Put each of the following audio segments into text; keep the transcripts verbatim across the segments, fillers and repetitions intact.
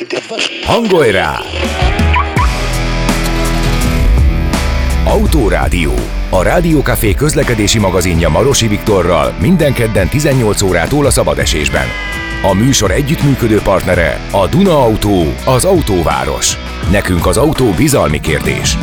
Hangolj rá! Autórádió. A Rádiókafé közlekedési magazinja Marosi Viktorral minden kedden tizennyolc órától a szabadesésben. A műsor együttműködő partnere a Duna Autó, az autóváros. Nekünk az autó bizalmi kérdés.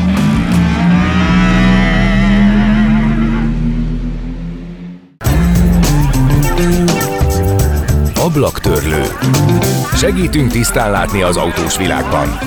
Ablaktörlő. Segítünk tisztán látni az autós világban.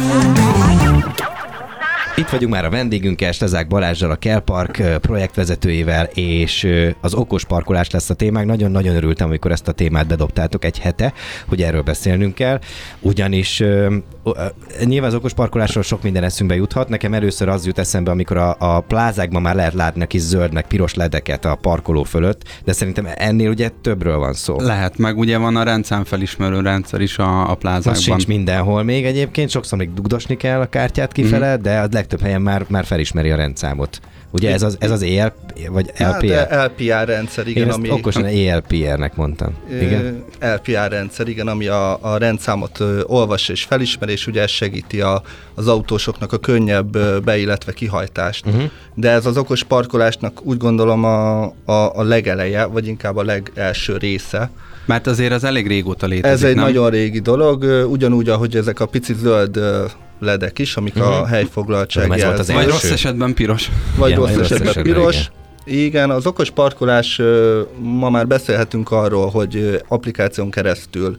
Itt vagyunk már a vendégünkkel, Stezák Balázsral, a Kelpark projektvezetőjével, és az okos parkolás lesz a témánk. Nagyon-nagyon örültem, amikor ezt a témát bedobtátok egy hete, hogy erről beszélnünk kell, ugyanis uh, uh, nyilván az okos parkolásról sok minden eszünkbe juthat. Nekem először az jut eszembe, amikor a, a plázákban már lehet látni a kis zöld, meg piros ledeket a parkoló fölött, de szerintem ennél ugye többről van szó. Lehet, meg ugye van a rendszámfelismerő rendszer is a, a plázákban. Az sincs mindenhol még egyébként, sokszor még dugdosni kell a kártyát kifele, mm. de a legtöbb helyen már, már felismeri a rendszámot. Ugye ez az, ez az é el pé vagy el pé er? Hát el pé er rendszer, igen. Én ami okosan é el pé er-nek mondtam. Igen? el pé er rendszer, igen, ami a, a rendszámot ö, olvas és felismer, és ugye ez segíti a, az autósoknak a könnyebb ö, be, illetve kihajtást. Uh-huh. De ez az okos parkolásnak úgy gondolom a, a, a legeleje, vagy inkább a legelső része. Mert azért az elég régóta létezik, Ez egy nem? nagyon régi dolog, ugyanúgy, ahogy ezek a pici zöld ö, ledek is, amik uh-huh. a helyfoglaltság jelzik. Vagy rossz esetben piros. Vagy igen, rossz esetben, esetben piros. Igen. igen, az okos parkolás, ma már beszélhetünk arról, hogy applikáción keresztül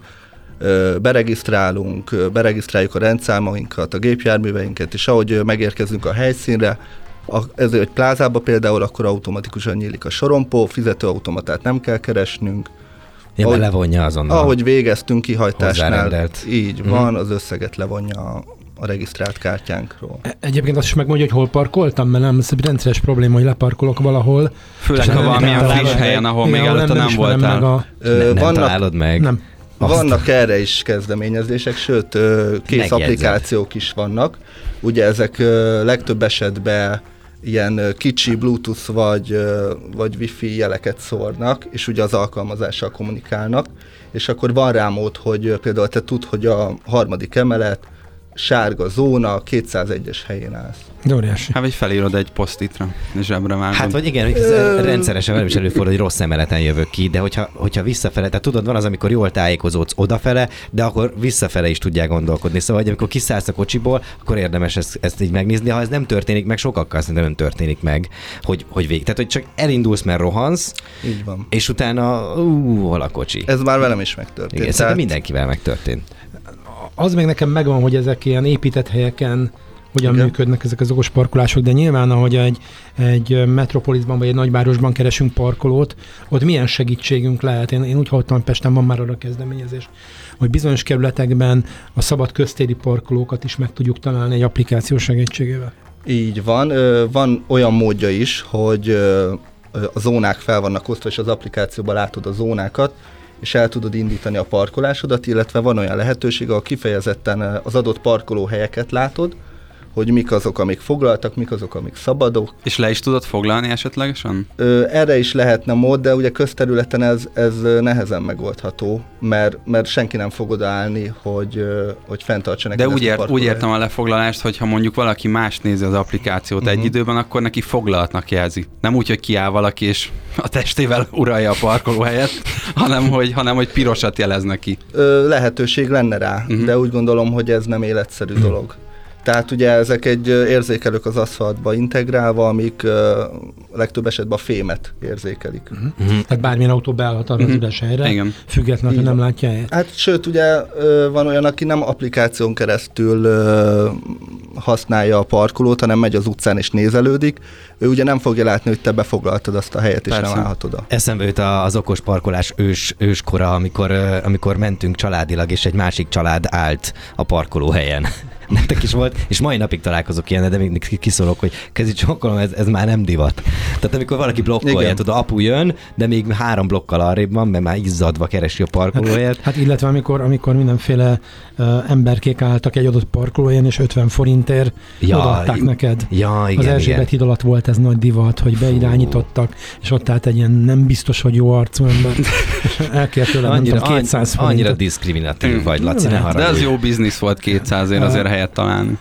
beregisztrálunk, beregisztráljuk a rendszámainkat, a gépjárműveinket, és ahogy megérkezünk a helyszínre, ez egy plázába például, akkor automatikusan nyílik a sorompó, fizetőautomatát nem kell keresnünk. Ja, ahogy, levonja azonnal. Ahogy végeztünk kihajtásnál, így uh-huh. van, az összeget levonja a, a regisztrált kártyánkról. Egyébként azt is megmondja, hogy hol parkoltam, mert nem, ez egy rendszeres probléma, hogy leparkolok valahol. Főleg, ha valamilyen friss helyen, ahol még előtte nem, nem voltál. A... Ö, nem vannak, találod meg. Nem. Vannak erre is kezdeményezések, sőt, kész Megjegyzett. applikációk is vannak. Ugye ezek legtöbb esetben ilyen kicsi Bluetooth vagy, vagy Wi-Fi jeleket szórnak, és ugye az alkalmazással kommunikálnak, és akkor van rá mód, hogy például te tudd, hogy a harmadik emelet, sárga zóna, kétszázegyes helyén állsz. De óriási. Hát vagy felírod egy posztitra, és zsebre vágod. Hát vagy igen, Ö... rendszeresen velem is előfordul, hogy rossz emeleten jövök ki, de hogyha, hogyha visszafele, tehát tudod, van az, amikor jól tájékozódsz odafele, de akkor visszafele is tudják gondolkodni. Szóval, hogy amikor kiszállsz a kocsiból, akkor érdemes ezt, ezt így megnézni. Ha ez nem történik meg, sokakkal szerintem nem történik meg, hogy, hogy vég. Tehát, hogy csak elindulsz, mert rohansz, így van. És utána, ú, hol a kocsi. Ez már velem is megtörtént. Igen, tehát... mindenkivel megtörtént. Az még nekem megvan, hogy ezek ilyen épített helyeken hogyan igen. működnek ezek az okos parkolások, de nyilván, ahogy egy, egy metropolisban vagy egy nagyvárosban keresünk parkolót, ott milyen segítségünk lehet. Én, én úgy hallottam, hogy Pesten van már arra kezdeményezés, hogy bizonyos kerületekben a szabad köztéri parkolókat is meg tudjuk találni egy applikáció segítségével. Így van. Van olyan módja is, hogy a zónák fel vannak osztva, és az applikációban látod a zónákat, és el tudod indítani a parkolásodat, illetve van olyan lehetőség, ahol kifejezetten az adott parkolóhelyeket látod, hogy mik azok, amik foglaltak, mik azok, amik szabadok. És le is tudod foglalni esetlegesen? Ö, erre is lehetne mód, de ugye közterületen ez, ez nehezen megoldható, mert, mert senki nem fog odaállni, hogy, hogy fenntartsa neked. De úgy, ért, úgy értem a lefoglalást, hogy ha mondjuk valaki más nézi az applikációt uh-huh. egy időben, akkor neki foglaltnak jelzi. Nem úgy, hogy kiáll valaki és a testével uralja a parkolóhelyet, hanem hogy, hanem hogy pirosat jelez neki. Ö, lehetőség lenne rá, uh-huh. de úgy gondolom, hogy ez nem életszerű uh-huh. dolog. Tehát ugye ezek egy érzékelők az aszfaltba integrálva, amik uh, legtöbb esetben a fémet érzékelik. Uh-huh. Tehát bármilyen autó beállhat arra uh-huh. az üres helyre, igen. függetlenül, hogy nem látja el. Hát sőt, ugye uh, van olyan, aki nem applikáción keresztül uh, használja a parkolót, hanem megy az utcán és nézelődik. Ő ugye nem fogja látni, hogy te befoglaltad azt a helyet, és persze. nem állhatod oda. Eszembe jut az okos parkolás ős, őskora, amikor, amikor mentünk családilag, és egy másik család állt a parkolóhelyen. nektek is volt, és mai napig találkozok ilyen, de még kiszólok, hogy kezi csokkolom, ez, ez már nem divat. Tehát amikor valaki blokkolja, tudod, apu jön, de még három blokkal arrébb van, mert már izzadva keresi a parkolóját. Hát, hát illetve amikor, amikor mindenféle uh, emberkék álltak egy adott parkolóján, és ötven forintért ja, odaadták i- neked. Ja, igen, az Erzsébet híd alatt volt ez nagy divat, hogy beirányítottak, és ott állt egy ilyen nem biztos, hogy jó arcú ember, és elkért tőle, annyira, nem tudom, kétszáz forintot. Annyira diszkriminatív vagy, Laci, ne haragudj. De az jó biznisz volt kétszázért azért helyet találni.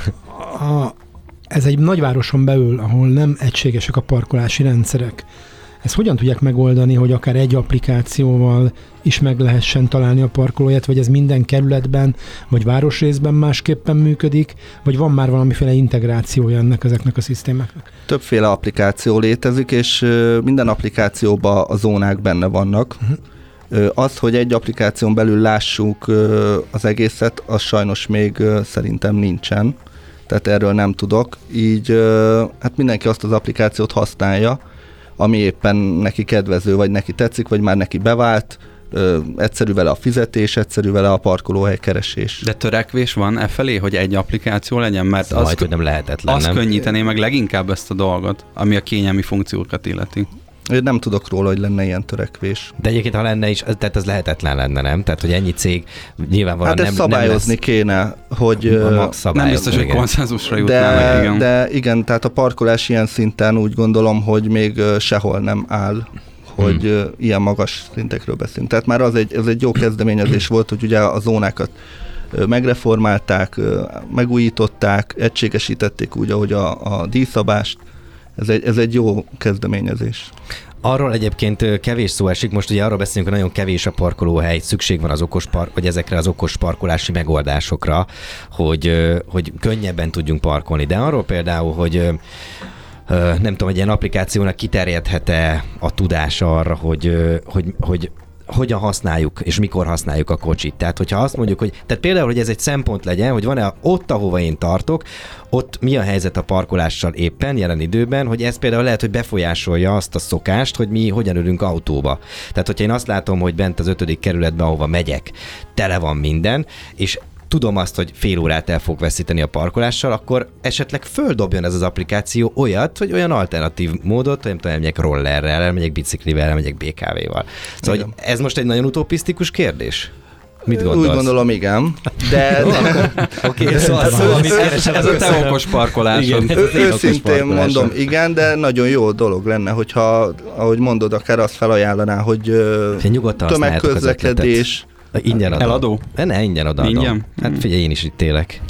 A, ez egy nagyvároson belül, ahol nem egységesek a parkolási rendszerek. Ezt hogyan tudják megoldani, hogy akár egy applikációval is meg lehessen találni a parkolóját, vagy ez minden kerületben, vagy városrészben másképpen működik, vagy van már valamiféle integrációja ennek ezeknek a szisztémáknak? Többféle applikáció létezik, és minden applikációban a zónák benne vannak. Uh-huh. Az, hogy egy applikáción belül lássuk az egészet, az sajnos még szerintem nincsen. Tehát erről nem tudok. Így hát mindenki azt az applikációt használja, ami éppen neki kedvező, vagy neki tetszik, vagy már neki bevált, ö, egyszerű vele a fizetés, egyszerű vele a parkolóhely keresés. De törekvés van e felé, hogy egy applikáció legyen, mert az, az, hogy nem lehetetlen, az nem? könnyítené meg leginkább ezt a dolgot, ami a kényelmi funkciókat illeti. Én nem tudok róla, hogy lenne ilyen törekvés. De egyébként, ha lenne is, tehát ez lehetetlen lenne, nem? Tehát, hogy ennyi cég nyilvánvalóan hát nem, szabályozni nem kéne, hogy... Nem biztos, hogy konszenzusra jutnának, de, igen. De igen, tehát a parkolás ilyen szinten úgy gondolom, hogy még sehol nem áll, hogy hmm. ilyen magas szintekről beszélünk. Tehát már az egy, ez egy jó kezdeményezés volt, hogy ugye a zónákat megreformálták, megújították, egységesítették úgy, ahogy a, a díjszabást. Ez egy, ez egy jó kezdeményezés. Arról egyébként kevés szó esik, most ugye arról beszélünk, hogy nagyon kevés a parkolóhely, szükség van az okos park, vagy ezekre az okos parkolási megoldásokra, hogy, hogy könnyebben tudjunk parkolni. De arról például, hogy nem tudom, egy ilyen applikációnak kiterjedhet-e a tudás arra, hogy, hogy, hogy hogyan használjuk, és mikor használjuk a kocsit. Tehát, hogyha azt mondjuk, hogy tehát például, hogy ez egy szempont legyen, hogy van-e ott, ahova én tartok, ott mi a helyzet a parkolással éppen, jelen időben, hogy ez például lehet, hogy befolyásolja azt a szokást, hogy mi hogyan ülünk autóba. Tehát, hogyha én azt látom, hogy bent az ötödik kerületben, ahova megyek, tele van minden, és tudom azt, hogy fél órát el fog veszíteni a parkolással, akkor esetleg földobjon ez az applikáció olyat, hogy olyan alternatív módot, hogy nem tudom, elmegyek rollerrel, elmegyek biciklivel, elmegyek bé ká véval. Szóval hogy ez most egy nagyon utopisztikus kérdés? Mit gondolsz? Úgy gondolom, igen. De... Oké, okay, szóval ez a te okos parkolásod. Őszintén mondom, igen, de nagyon jó dolog lenne, hogyha, ahogy mondod, akár azt felajánlaná, hogy tömegközlekedés. Ingyen adom. Eladó? Ne, ingyen odaadom. Ingyen? Hát figyelj, én is itt élek.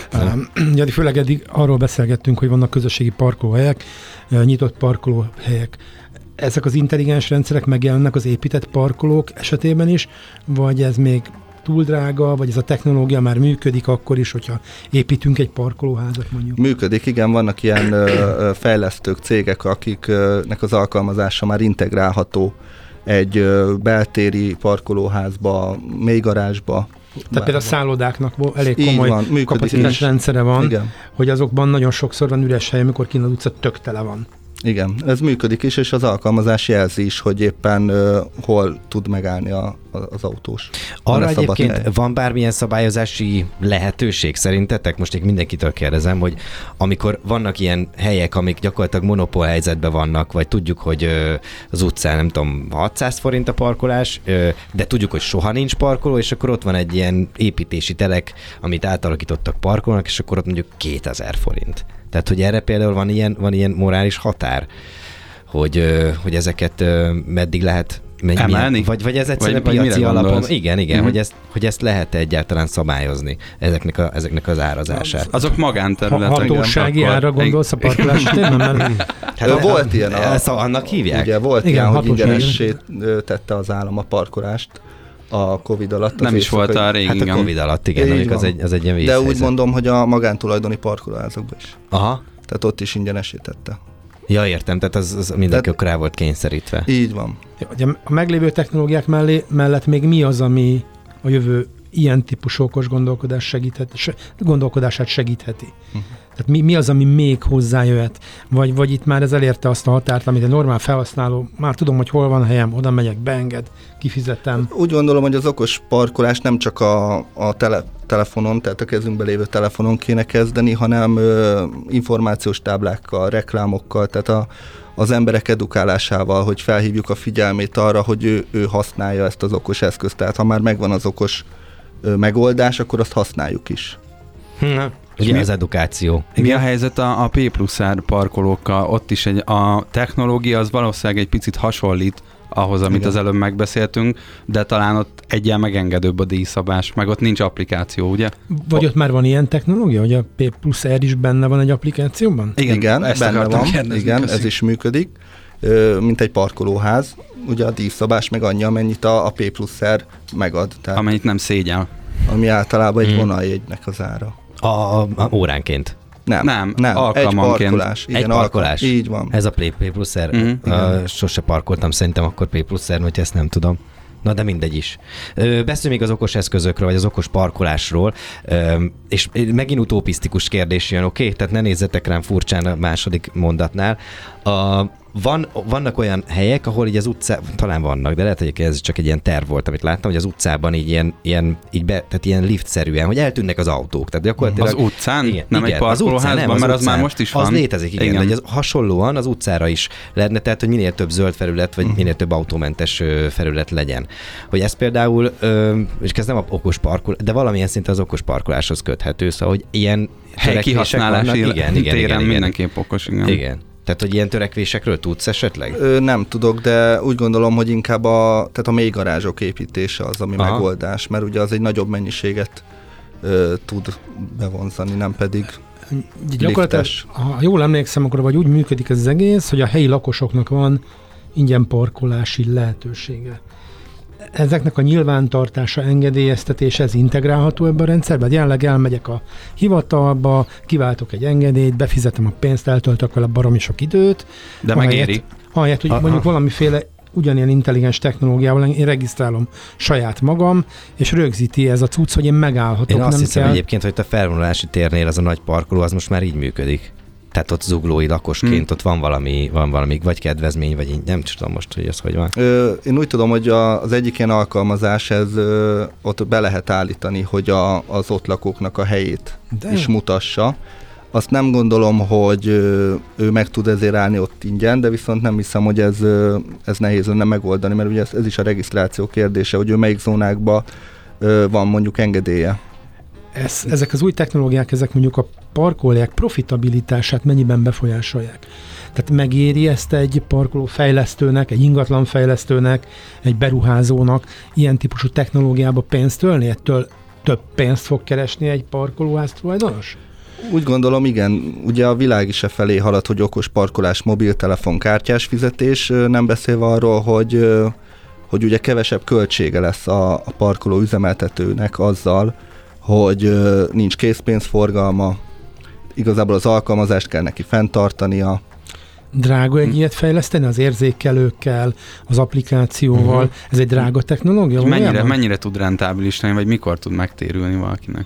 Ugye, főleg eddig arról beszélgettünk, hogy vannak közösségi parkolóhelyek, nyitott parkolóhelyek. Ezek az intelligens rendszerek megjelennek az épített parkolók esetében is, vagy ez még túl drága, vagy ez a technológia már működik akkor is, hogyha építünk egy parkolóházat mondjuk? Működik, igen, vannak ilyen ö, fejlesztők, cégek, akiknek az alkalmazása már integrálható egy ö, beltéri parkolóházba, mélygarázsba. Tehát például a szállodáknak elég komoly kapacitás rendszere van, igen, hogy azokban nagyon sokszor van üres hely, amikor kint az utca tök tele van. Igen, ez működik is, és az alkalmazás jelzi is, hogy éppen uh, hol tud megállni a, a, az autós. Arra egyébként hely. Van bármilyen szabályozási lehetőség szerintetek? Most én mindenkitől kérdezem, hogy amikor vannak ilyen helyek, amik gyakorlatilag monopól helyzetben vannak, vagy tudjuk, hogy uh, az utcán nem tudom, hatszáz forint a parkolás, uh, de tudjuk, hogy soha nincs parkoló, és akkor ott van egy ilyen építési telek, amit átalakítottak parkolónak, és akkor ott mondjuk kétezer forint. Tehát, hogy erre például van ilyen, van ilyen morális határ, hogy, hogy ezeket meddig lehet emelni? Vagy, vagy ez egyszerűen vagy, piaci vagy alapon. Igen, igen, uh-huh. hogy, ezt, hogy ezt lehet egyáltalán szabályozni, ezeknek, a, ezeknek az árazását. Azok magánterületek. Hatósági ára gondolsz a parkolás térben? Hát, volt ilyen. A, szóval annak hívják? Ugye volt igen, ilyen, hogy ingyenessé tette az állam a parkolást a Covid alatt. Nem is volt a régi. Hát a Covid alatt, igen, az egy, az egy ilyen vízhelyzet. De úgy mondom, hogy a magántulajdoni parkolóházakban is. Aha. Tehát ott is ingyenesítette. Ja, értem, tehát az, az mindenki tehát, rá volt kényszerítve. Így van. Ugye a meglévő technológiák mellé, mellett még mi az, ami a jövő ilyen típusú okos gondolkodás segíthet, se, gondolkodását segítheti? Uh-huh. Tehát mi, mi az, ami még hozzájöhet? Vagy, vagy itt már ez elérte azt a határt, amit egy normál felhasználó, már tudom, hogy hol van helyem, oda megyek, beenged, kifizetem. Úgy gondolom, hogy az okos parkolás nem csak a, a tele, telefonon, tehát a kezünkben lévő telefonon kéne kezdeni, hanem ö, információs táblákkal, reklámokkal, tehát a, az emberek edukálásával, hogy felhívjuk a figyelmét arra, hogy ő, ő használja ezt az okos eszközt. Tehát ha már megvan az okos ö, megoldás, akkor azt használjuk is. Na, ugye az edukáció. Mi Igen. a helyzet a, a P plusz R parkolókkal? Ott is egy, a technológia az valószínűleg egy picit hasonlít ahhoz, amit Igen. az előbb megbeszéltünk, de talán ott egyen megengedőbb a díjszabás, meg ott nincs applikáció, ugye? Vagy ott már van ilyen technológia, hogy a P plusz R is benne van egy applikációban? Igen, Igen benne van, kérdezni, igen, köszi. Ez is működik, mint egy parkolóház. Ugye a díjszabás meg annyi, amennyit a, a P plusz R megad. Tehát, amennyit nem szégyel. Ami általában egy hmm. vonaljegynek az ára. A, a, a óránként. Nem, nem, nem egy parkolás. Igen, egy parkolás. Alkalom. Így van. Ez a P plusz R. Mm-hmm. Uh, sose parkoltam, szerintem akkor P plusz R, hogy ezt nem tudom. Na, de mindegy is. Beszéljünk még az okos eszközökről, vagy az okos parkolásról, Ö, és megint utopisztikus kérdés jön, oké? Okay? Tehát ne nézzetek rám furcsán a második mondatnál. A, van, vannak olyan helyek, ahol így az utcán, talán vannak, de lehet, hogy ez csak egy ilyen terv volt, amit láttam, hogy az utcában így ilyen, ilyen, így be, tehát ilyen liftszerűen, hogy eltűnnek az autók. Tehát gyakorlatilag, az utcán? Igen, nem igen, egy parkolóházban, mert az utcán, már most is van. Az létezik, igen, igen. De az hasonlóan az utcára is lehetne, tehát hogy minél több zöld felület, vagy minél több autómentes felület legyen. Hogy ez például, és ez nem a okos parkolás, de valamilyen szinten az okos parkoláshoz köthető, szóval, hogy ilyen helykihasználási igen, igen, téren igen, mindenképp okos, igen. Igen. Tehát, hogy ilyen törekvésekről tudsz esetleg? Ö, nem tudok, de úgy gondolom, hogy inkább a, tehát a mélygarázsok építése az, ami Aha. megoldás, mert ugye az egy nagyobb mennyiséget ö, tud bevonzani, nem pedig gyakorlatilag, ha jól emlékszem, akkor vagy úgy működik ez az egész, hogy a helyi lakosoknak van ingyen parkolási lehetősége. Ezeknek a nyilvántartása, engedélyeztetése, ez integrálható ebbe a rendszerbe? Jelenleg elmegyek a hivatalba, kiváltok egy engedélyt, befizetem a pénzt, eltöltök vele baromi sok időt. De megéri. Ahelyett, hogy mondjuk valamiféle ugyanilyen intelligens technológiával én regisztrálom saját magam, és rögzíti ez a cucc, hogy én megállhatok. Én azt nem hiszem kell... egyébként, hogy a felvonulási térnél az a nagy parkoló, az most már így működik. Tehát ott zuglói lakosként, hmm. ott van valami, van valami, vagy kedvezmény, vagy így, nem tudom most, hogy ez hogy van. Ö, én úgy tudom, hogy a, az egyik ilyen alkalmazás, ez ö, ott be lehet állítani, hogy a, az ott lakóknak a helyét De. is mutassa. Azt nem gondolom, hogy ö, ő meg tud ezért állni ott ingyen, de viszont nem hiszem, hogy ez, ö, ez nehéz lenne megoldani, mert ugye ez, ez is a regisztráció kérdése, hogy ő melyik zónákban ö, van mondjuk engedélye. Ez, ezek az új technológiák, ezek mondjuk a parkolóhelyek profitabilitását mennyiben befolyásolják? Tehát megéri ezt egy parkoló fejlesztőnek, egy ingatlan fejlesztőnek, egy beruházónak ilyen típusú technológiába pénzt ölni? Ettől több pénzt fog keresni egy parkolóház tulajdonos? Úgy gondolom, igen. Ugye a világ is e felé halad, hogy okos parkolás, mobiltelefon, kártyás fizetés, nem beszélve arról, hogy, hogy ugye kevesebb költsége lesz a, a parkoló üzemeltetőnek azzal, hogy nincs készpénzforgalma, igazából az alkalmazást kell neki fenntartania. Drága egy hm. ilyet fejleszteni az érzékelőkkel, az applikációval? Uh-huh. Ez egy drága technológia? Mennyire, mennyire tud rentábilis lenni, vagy mikor tud megtérülni valakinek?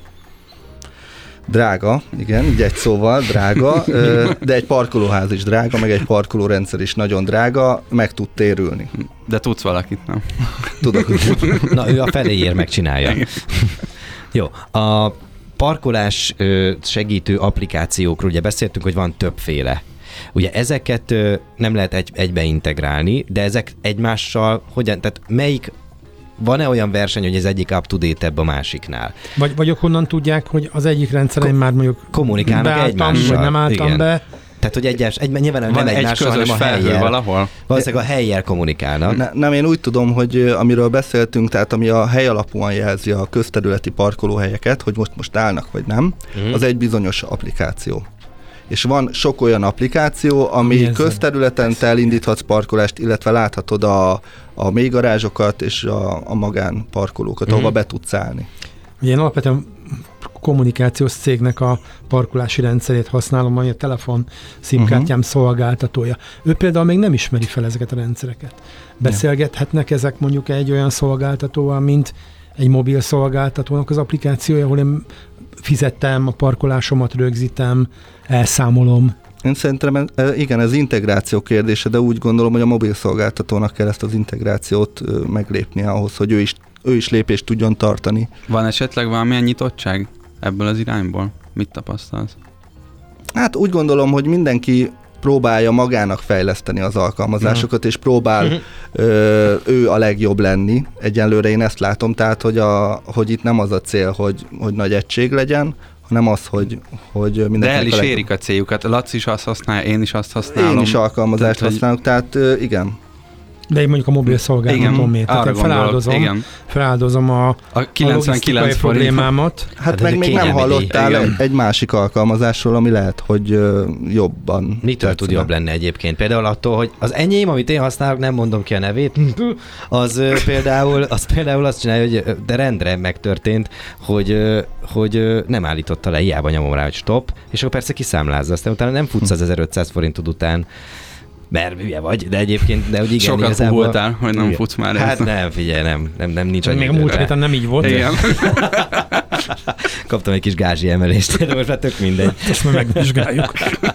Drága, igen, így egy szóval drága, de egy parkolóház is drága, meg egy parkolórendszer is nagyon drága, meg tud térülni. De tudsz valakit, nem? Tudok. Na, ő a feléért megcsinálja. Jó, a parkolás segítő applikációkról ugye beszéltünk, hogy van többféle. Ugye ezeket nem lehet egy, egybe integrálni, de ezek egymással hogyan, tehát melyik, van-e olyan verseny, hogy az egyik up-to-date-ebb a másiknál? Vagy, vagy honnan tudják, hogy az egyik rendszeren Ko- már mondjuk kommunikálnak egymással. Vagy nem álltam Igen. be. Tehát, hogy egyes, egy, nyilván van nem egy egymással, közös hanem a helyjel. Valahol? Valószínűleg a helyjel kommunikálnak. Ne, nem, én úgy tudom, hogy amiről beszéltünk, tehát ami a hely alapúan jelzi a közterületi parkolóhelyeket, hogy most most állnak vagy nem, uh-huh. az egy bizonyos applikáció. És van sok olyan applikáció, ami Érzem. közterületen te elindíthatsz parkolást, illetve láthatod a, a mélygarázsokat és a, a magánparkolókat, uh-huh. ahova be tudsz állni. Én alapvetően kommunikációs cégnek a parkolási rendszerét használom, ami a telefon szimkártyám uh-huh. szolgáltatója. Ő például még nem ismeri fel ezeket a rendszereket. Beszélgethetnek ezek mondjuk egy olyan szolgáltatóval, mint egy mobil szolgáltatónak az applikációja, ahol én fizettem a parkolásomat, rögzítem, elszámolom. Én szerintem igen, ez integráció kérdése, de úgy gondolom, hogy a mobil szolgáltatónak kell ezt az integrációt meglépnie ahhoz, hogy ő is ő is lépést tudjon tartani. Van esetleg valamilyen nyitottság ebből az irányból? Mit tapasztalsz? Hát úgy gondolom, hogy mindenki próbálja magának fejleszteni az alkalmazásokat, és próbál uh-huh. ö, ő a legjobb lenni. Egyenlőre én ezt látom, tehát, hogy, a, hogy itt nem az a cél, hogy, hogy nagy egység legyen, hanem az, hogy, hogy mindenkinek De el is a legjobb. érik a céljukat. Laci is azt használja, én is azt használom. Én is alkalmazást tehát, használok, tehát ö, igen. De én mondjuk a mobil szolgáltatom, tehát én feláldozom, igen. feláldozom a, a kilencvenkilenc a problémámat. Hát, hát meg még nem hallottál egy, egy másik alkalmazásról, ami lehet, hogy uh, jobban. Mitől tud jobb lenni egyébként? Például attól, hogy az enyém, amit én használok, nem mondom ki a nevét, az uh, például, az például azt csinálja, hogy de rendre megtörtént, hogy, uh, hogy uh, nem állította le, hiába nyomom rá, hogy stop, és akkor persze kiszámlázza, aztán utána nem futsz az ezerötszáz forintod után, mert hülye vagy, de egyébként, de hogy igen, sokat igazából... puhultál, hogy nem igen. futsz már. Hát nem, figyelj, nem, nem, nem nincs annyi. Még a múlt héten nem így volt. Igen. Kaptam egy kis gázsi emelést, de most már tök mindegy. Ezt már megvizsgáljuk.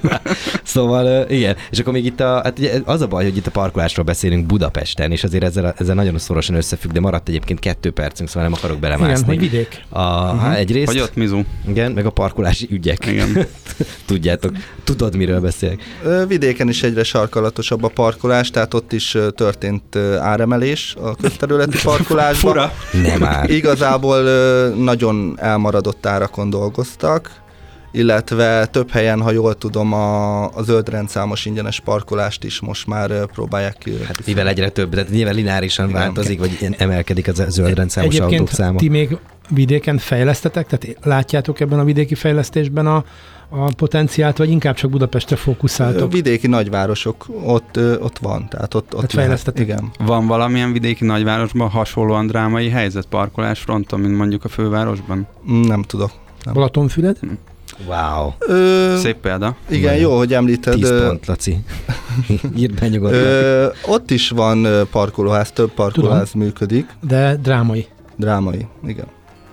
Szóval igen, és akkor még itt a, hát ugye az a baj, hogy itt a parkolásról beszélünk Budapesten, és azért ezzel, ezzel nagyon szorosan összefügg, de maradt egyébként kettő percünk, szóval nem akarok belemászni. Igen, hogy vidék. A, uh-huh. Egyrészt. Vagy ott mizu. Igen, meg a parkolási ügyek. Igen. Tudjátok, tudod, miről beszélek. Vidéken is egyre sarkalatosabb a parkolás, tehát ott is történt áremelés a közterületi parkolásban. Fura. Nem áll. Igazából nagyon elmaradott árakon dolgoztak, illetve több helyen, ha jól tudom, a, a zöld rendszámos ingyenes parkolást is most már próbálják ki. Hát mivel egyre több, de nyilván lineárisan igen. változik, vagy emelkedik a zöld rendszámos Egyébként autók száma. Ti még vidéken fejlesztetek, tehát látjátok ebben a vidéki fejlesztésben a, a potenciált, vagy inkább csak Budapestre fókuszáltok? Vidéki nagyvárosok, ott, ott van, tehát ott, ott fejlesztetek. Igen. Van valamilyen vidéki nagyvárosban hasonlóan drámai helyzet parkolás fronton, mint mondjuk a fővárosban? Nem tudok. Nem. Balatonfüred? Wow. Ö, Szép példa. Igen, jó, hogy említed. tíz pont, Laci. Írd be nyugodtan. Ö, ott is van parkolóház, több parkolóház Tudom. működik. De drámai. Drámai, igen.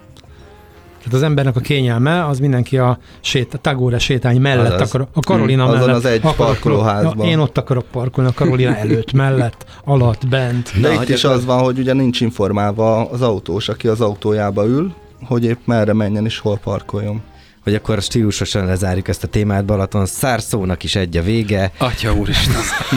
Tehát az embernek a kényelme, az mindenki a, sét, a Tagore sétány mellett Azaz. akar, a Karolina hmm. mellett. Azon az egy parkolóházban. Én ott akarok parkolni, a Karolina előtt, mellett, alatt, bent. De Na, itt is az van, hogy ugye nincs informálva az autós, aki az autójába ül, hogy épp merre menjen és hol parkoljon. Hogy akkor stílusosan lezárjuk ezt a témát, Balaton szárszónak is egy a vége. Atya úristen!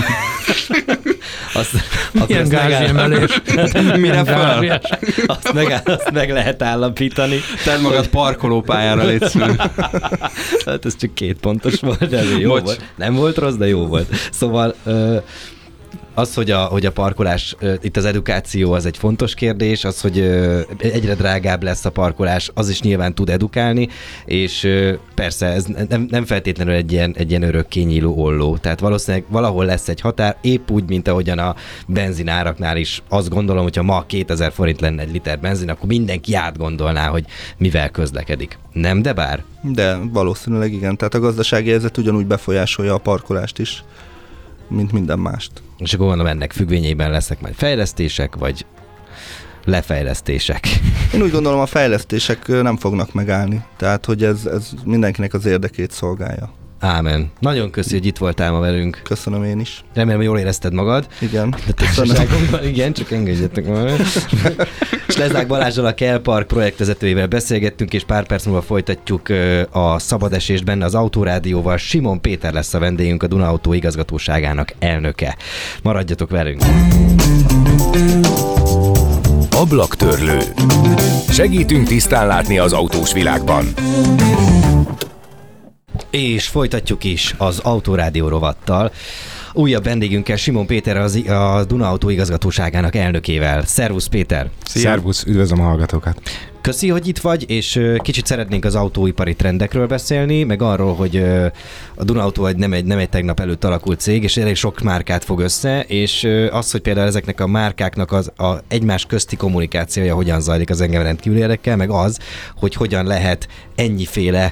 Azt, milyen gázsiemelés? Mire fel? Azt meg, azt meg lehet állapítani. Tedd magad parkolópályára, légy szíves. Hát ez csak két pontos volt, de jó Bocs. volt. Nem volt rossz, de jó volt. Szóval... Ö, az, hogy a, hogy a parkolás, itt az edukáció az egy fontos kérdés, az, hogy egyre drágább lesz a parkolás, az is nyilván tud edukálni, és persze ez nem, nem feltétlenül egy ilyen, egy ilyen örökké nyíló olló. Tehát valószínűleg valahol lesz egy határ, épp úgy, mint ahogyan a benzináraknál is. Azt gondolom, hogyha ma kétezer forint lenne egy liter benzin, akkor mindenki átgondolná, hogy mivel közlekedik. Nem, de bár? De valószínűleg igen. Tehát a gazdasági helyzet ugyanúgy befolyásolja a parkolást is, mint minden mást. És akkor gondolom, ennek függvényében lesznek majd fejlesztések, vagy lefejlesztések? Én úgy gondolom, a fejlesztések nem fognak megállni. Tehát, hogy ez, ez mindenkinek az érdekét szolgálja. Ámen. Nagyon köszi, hogy itt voltál ma velünk. Köszönöm én is. Remélem, hogy jól érezted magad. Igen. Köszönöm. Igen, csak engedjetek már. És Lezák Balázsral, a Kell Park projektvezetőjével beszélgettünk, és pár perc múlva folytatjuk a szabad esést benne az Autórádióval. Simon Péter lesz a vendégünk, a Duna Autó igazgatóságának elnöke. Maradjatok velünk! Ablaktörlő. Segítünk tisztán látni az autós világban. És folytatjuk is az Autórádió rovattal. Újabb vendégünkkel, Simon Péter, az, a Duna Autó igazgatóságának elnökével. Szervusz, Péter! Szia. Szervusz, üdvözlöm a hallgatókat! Köszi, hogy itt vagy, és kicsit szeretnénk az autóipari trendekről beszélni, meg arról, hogy a Duna Autó nem egy, nem egy tegnap előtt alakult cég, és elég sok márkát fog össze, és az, hogy például ezeknek a márkáknak az a egymás közti kommunikációja hogyan zajlik, az engem rendkívül érdekel, meg az, hogy hogyan lehet ennyiféle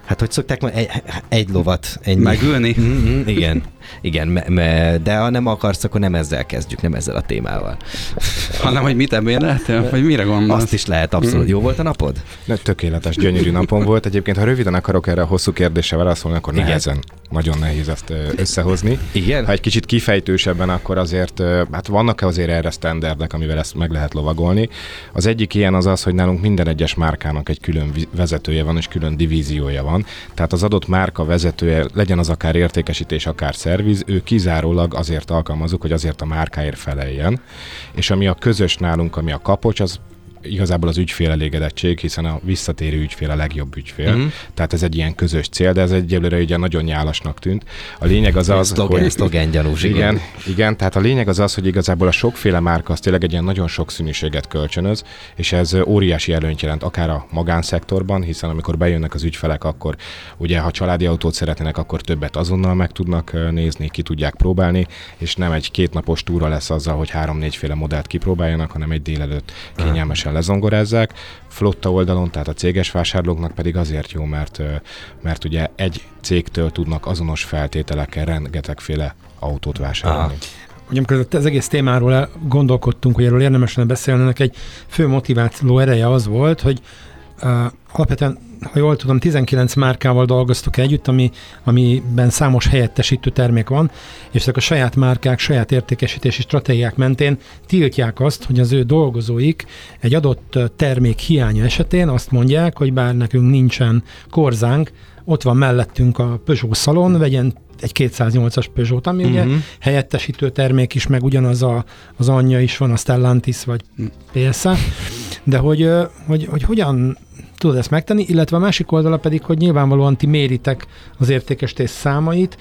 Hát hogy szokták ma egy, egy lovat ennyi. Megülni? Mm-hmm, igen, igen, me, me, de ha nem akarsz, akkor nem ezzel kezdjük, nem ezzel a témával. Hanem, hogy mit ebédeltél, vagy mire gondolsz? Azt is lehet, abszolút. Jó volt a napod? Ne, tökéletes, gyönyörű napom volt. Egyébként, ha röviden akarok erre a hosszú kérdésre válaszolni, akkor igen. nehezen. Nagyon nehéz ezt összehozni. Igen? Ha egy kicsit kifejtősebben, akkor azért, hát vannak-e azért erre sztenderdek, amivel ezt meg lehet lovagolni. Az egyik ilyen az az, hogy nálunk minden egyes márkának egy külön vezetője van, és külön divíziója van. Tehát az adott márka vezetője, legyen az akár értékesítés, akár szerviz, ő kizárólag azért alkalmazunk, hogy azért a márkáért feleljen. És ami a közös nálunk, ami a kapocs, az igazából az ügyfél elégedettség, hiszen a visszatérő ügyfél a legjobb ügyfél. Mm-hmm. Tehát ez egy ilyen közös cél, de ez egyelőre ugye nagyon nyálasnak tűnt. A lényeg az az, szlogen, hogy... szlogen gyanús, igen, igen. Igen, tehát a lényeg az az, hogy igazából a sokféle márka az tényleg egy ilyen nagyon sokszínűséget kölcsönöz, és ez óriási előnyt jelent akár a magánszektorban, hiszen amikor bejönnek az ügyfelek, akkor ugye ha családi autót szeretnének, akkor többet azonnal meg tudnak nézni, ki tudják próbálni, és nem egy kétnapos túra lesz azzal, hogy három-négyféle modellt kipróbáljanak, hanem egy délelőtt kényelmesen lezongorázzák. Flotta oldalon, tehát a céges vásárlóknak pedig azért jó, mert, mert ugye egy cégtől tudnak azonos feltételekkel rengetegféle autót vásárolni. Hogy amikor az egész témáról gondolkodtunk, hogy erről érdemes lenne beszélni, egy fő motiváció ereje az volt, hogy uh, alapvetően, ha jól tudom, tizenkilenc márkával dolgoztuk együtt, ami, amiben számos helyettesítő termék van, és ezek a saját márkák, saját értékesítési stratégiák mentén tiltják azt, hogy az ő dolgozóik egy adott termék hiánya esetén azt mondják, hogy bár nekünk nincsen korzánk, ott van mellettünk a Peugeot szalon, vegyen egy kétszáznyolcas Peugeot, ami uh-huh. ugye helyettesítő termék is, meg ugyanaz a, az anyja is van, a Stellantis vagy pé es á, de hogy, hogy, hogy hogyan tudod ezt megtenni, illetve a másik oldala pedig, hogy nyilvánvalóan ti méritek az értékesítés számait.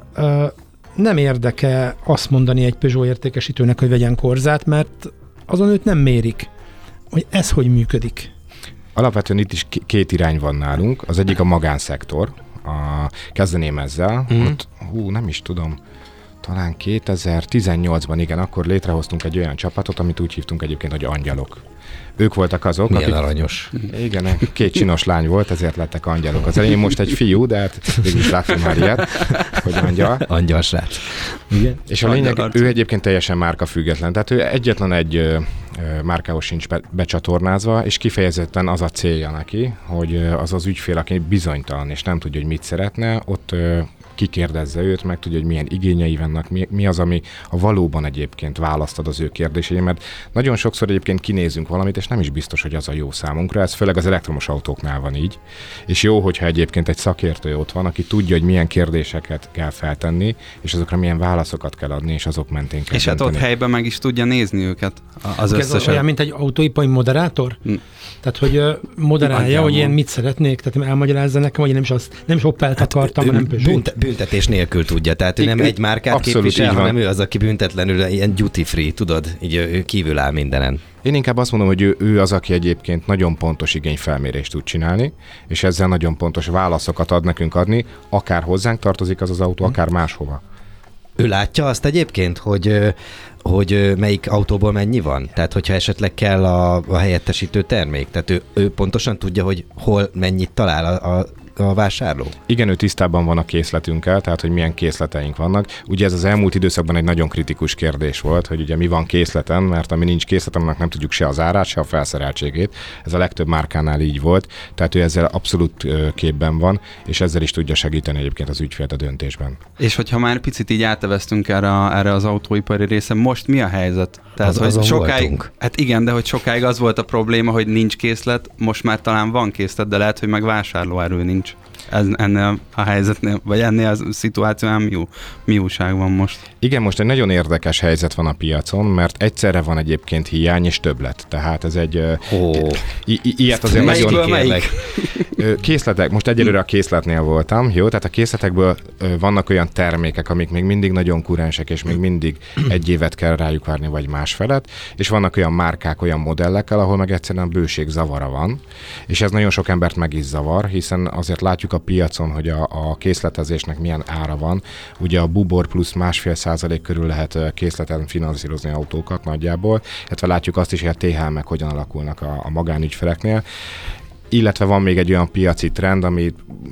Nem érdeke azt mondani egy Peugeot értékesítőnek, hogy vegyen korzát, mert azon őt nem mérik. Hogy ez hogy működik? Alapvetően itt is két irány van nálunk. Az egyik a magánszektor. A, kezdeném ezzel. Mm. Ott, hú, nem is tudom, talán kétezer-tizennyolcban, igen, akkor létrehoztunk egy olyan csapatot, amit úgy hívtunk egyébként, hogy angyalok. Ők voltak azok, milyen akik... aranyos. Igen, két csinos lány volt, ezért lettek angyalok. Az elején most egy fiú, de hát végül is láttam már ilyet, hogy angyal. Angyal srác. Igen. És a lényeg, ő egyébként teljesen márkafüggetlen. Tehát ő egyetlen egy ö, márkához sincs be, becsatornázva, és kifejezetten az a célja neki, hogy az az ügyfél, aki bizonytalan, és nem tudja, hogy mit szeretne, ott ö, kikérdezze őt, meg tudja, hogy milyen igényei vannak, mi, mi az, ami a valóban egyébként választ ad az ő kérdésére, mert nagyon sokszor egyébként kinézünk valamit, és nem is biztos, hogy az a jó számunkra, ez főleg az elektromos autóknál van így, és jó, hogyha egyébként egy szakértő ott van, aki tudja, hogy milyen kérdéseket kell feltenni, és azokra milyen válaszokat kell adni, és azok mentén kell És hát ott helyben meg is tudja nézni őket az összesen. Ez olyan, mint egy autóipari moderátor? Hm. Tehát, hogy uh, moderálja, hogy én mit szeretnék, tehát elmagyarázza nekem, hogy én nem is, az, nem is Opelt hát akartam, hanem Peugeot. Büntetés nélkül tudja, tehát ő nem egy márkát képvisel, hanem ő az, aki büntetlenül ilyen duty free, tudod, így ő kívül áll mindenen. Én inkább azt mondom, hogy ő, ő az, aki egyébként nagyon pontos igényfelmérést tud csinálni, és ezzel nagyon pontos válaszokat ad nekünk adni, akár hozzánk tartozik az az autó, akár máshova. Ő látja azt egyébként, hogy, hogy melyik autóból mennyi van? Tehát, hogyha esetleg kell a, a helyettesítő termék, tehát ő, ő pontosan tudja, hogy hol mennyit talál a, a a vásárló? Igen, ő tisztában van a készletünkkel, tehát hogy milyen készleteink vannak. Ugye ez az elmúlt időszakban egy nagyon kritikus kérdés volt, hogy ugye mi van készleten, mert ami nincs készleten, annak nem tudjuk se az árát, se a felszereltségét. Ez a legtöbb márkánál így volt, tehát ő ezzel abszolút képben van, és ezzel is tudja segíteni egyébként az ügyfélt a döntésben. És hogyha már picit így áteveztünk erre, erre az autóipari része, most mi a helyzet? Tehát, az, hogy sokáig, hát igen, de hogy sokáig az volt a probléma, hogy nincs készlet, most már talán van készlet, de lehet, hogy meg vásárlóerő nincs. Ez, ennél a helyzetnél, vagy ennél a szituációnál mi, mi újság van most? Igen, most egy nagyon érdekes helyzet van a piacon, mert egyszerre van egyébként hiány és többlet. Tehát ez egy... Oh. I- i- ilyet azért melyik nagyon... Melyik? Készletek, most egyelőre a készletnél voltam, jó? Tehát a készletekből vannak olyan termékek, amik még mindig nagyon kurensek, és még mindig egy évet kell rájuk várni, vagy másfelet, és vannak olyan márkák, olyan modellekkel, ahol meg egyszerűen bőség zavara van, és ez nagyon sok embert meg is zavar, hiszen azért látjuk a piacon, hogy a, a készletezésnek milyen ára van. Ugye a Bubor plusz másfél százalék körül lehet készleten finanszírozni autókat nagyjából, illetve látjuk azt is, hogy a té há em-ek hogyan alakulnak a, a magánügyfeleknél. Illetve van még egy olyan piaci trend, amit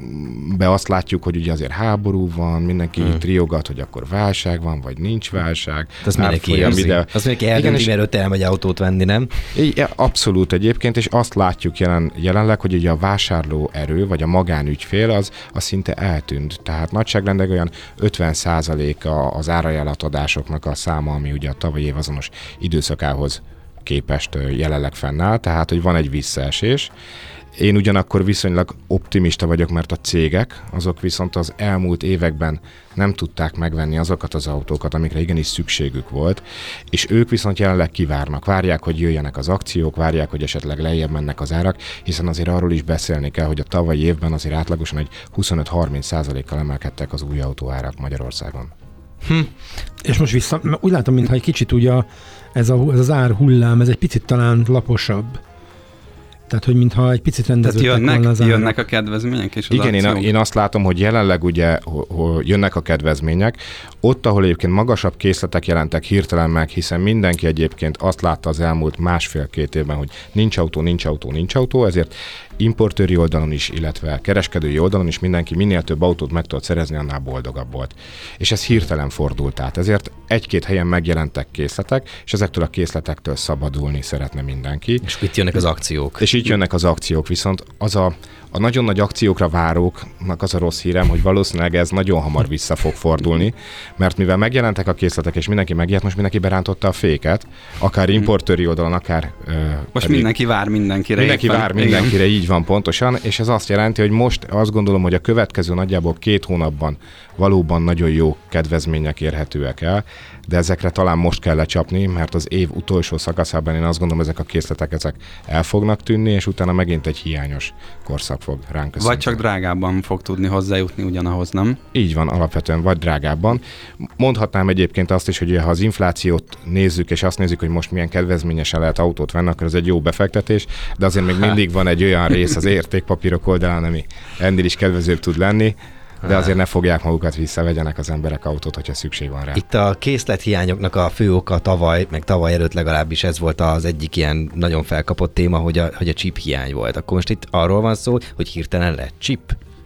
be azt látjuk, hogy ugye azért háború van, mindenki hmm. triogat, hogy akkor válság van, vagy nincs válság. Azt mindenki érzi. Ide. Azt mindenki eldönti, mielőtt elmegy autót venni, nem? Igen, abszolút egyébként, és azt látjuk jelen, jelenleg, hogy ugye a vásárló erő, vagy a magánügyfél az, az szinte eltűnt. Tehát nagyságrendileg olyan ötven százaléka az árajánlatadásoknak a száma, ami ugye a tavalyi év azonos időszakához képest jelenleg fennáll, tehát hogy van egy visszaesés. Én ugyanakkor viszonylag optimista vagyok, mert a cégek, azok viszont az elmúlt években nem tudták megvenni azokat az autókat, amikre igenis szükségük volt, és ők viszont jelenleg kivárnak, várják, hogy jöjjenek az akciók, várják, hogy esetleg lejjebb mennek az árak, hiszen azért arról is beszélni kell, hogy a tavalyi évben azért átlagosan egy huszonöt-harminc százalékkal emelkedtek az új autóárak Magyarországon. Hm. És most vissza, úgy látom, mintha egy kicsit ugye ez, a, ez az ár hullám, ez egy picit talán laposabb. Tehát, hogy mintha egy picit rendeződtek jönnek, volna az árak. Jönnek a kedvezmények és az Igen, én, a, akciók? én azt látom, hogy jelenleg ugye ho, ho, jönnek a kedvezmények. Ott, ahol egyébként magasabb készletek jelentek hirtelen meg, hiszen mindenki egyébként azt látta az elmúlt másfél-két évben, hogy nincs autó, nincs autó, nincs autó, ezért importőri oldalon is, illetve kereskedői oldalon is mindenki minél több autót meg tudott szerezni, annál boldogabb volt. És ez hirtelen fordult át. Ezért egy-két helyen megjelentek készletek, és ezektől a készletektől szabadulni szeretne mindenki. És itt jönnek az akciók. És itt jönnek az akciók, viszont az a, a nagyon nagy akciókra váróknak az a rossz hírem, hogy valószínűleg ez nagyon hamar vissza fog fordulni, mert mivel megjelentek a készletek, és mindenki megijedt, most mindenki berántotta a féket, akár importőri oldalon, akár... Most pedig, mindenki vár mindenkire. Mindenki éppen. vár mindenkire, igen. Így van pontosan, és ez azt jelenti, hogy most azt gondolom, hogy a következő nagyjából két hónapban valóban nagyon jó kedvezmények érhetőek el, de ezekre talán most kell lecsapni, mert az év utolsó szakaszában én azt gondolom, ezek a készletek ezek el fognak tűnni, és utána megint egy hiányos korszak fog ránk köszönteni. Vagy csak drágábban fog tudni hozzájutni ugyanahoz, nem? Így van, alapvetően vagy drágábban. Mondhatnám egyébként azt is, hogy ha az inflációt nézzük, és azt nézzük, hogy most milyen kedvezményesen lehet autót venni, akkor ez egy jó befektetés, de azért még mindig van egy olyan rész az értékpapírok oldalán, ami ennél is kedvezőbb tud lenni, de azért ne fogják magukat vissza, vegyenek az emberek autót, hogyha szükség van rá. Itt a készlethiányoknak a fő oka tavaly, meg tavaly előtt legalábbis ez volt az egyik ilyen nagyon felkapott téma, hogy a, hogy a chip hiány volt. Akkor most itt arról van szó, hogy hirtelen lett chip?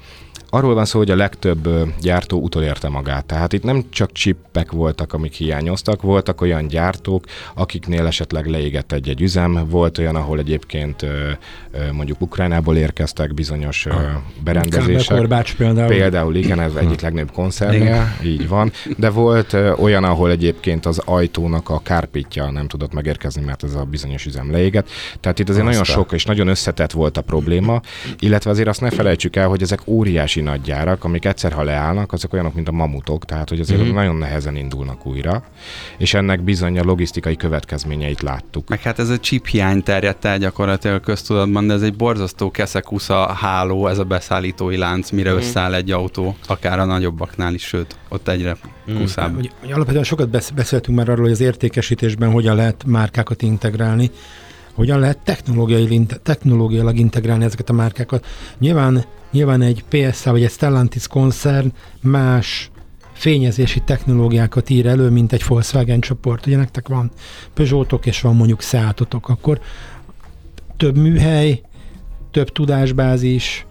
Arról van szó, hogy a legtöbb gyártó utolérte magát. Tehát itt nem csak chipek voltak, amik hiányoztak, voltak olyan gyártók, akiknél esetleg leégett egy-egy üzem, volt olyan, ahol egyébként mondjuk Ukrajnából érkeztek bizonyos berendezések. Kábelkorbács például. Például igen, ez egyik legnagyobb koncertnél, így van. De volt olyan, ahol egyébként az ajtónak a kárpitja nem tudott megérkezni, mert ez a bizonyos üzem leégett. Tehát itt azért Aztán. nagyon sok és nagyon összetett volt a probléma, illetve azért azt ne felejtsük el, hogy ezek óriási nagy gyárak, amik egyszer, ha leállnak, azok olyanok, mint a mamutok, tehát hogy azért mm-hmm. nagyon nehezen indulnak újra, és ennek bizony a logisztikai következményeit láttuk. Meg hát ez a chip hiány terjedt el gyakorlatilag köztudatban, de ez egy borzasztó keszekusza háló, ez a beszállítói lánc, mire mm. összeáll egy autó, akár a nagyobbaknál is, sőt, ott egyre mm. kuszább. Hogy, hogy alapvetően sokat beszéltünk már arról, hogy az értékesítésben hogyan lehet márkákat integrálni, hogyan lehet technológiailag integrálni ezeket a márkákat. Nyilván, nyilván egy pé es á vagy egy Stellantis koncern más fényezési technológiákat ír elő, mint egy Volkswagen csoport. Ugye nektek van Peugeotok és van mondjuk Seatotok, akkor több műhely, több tudásbázis,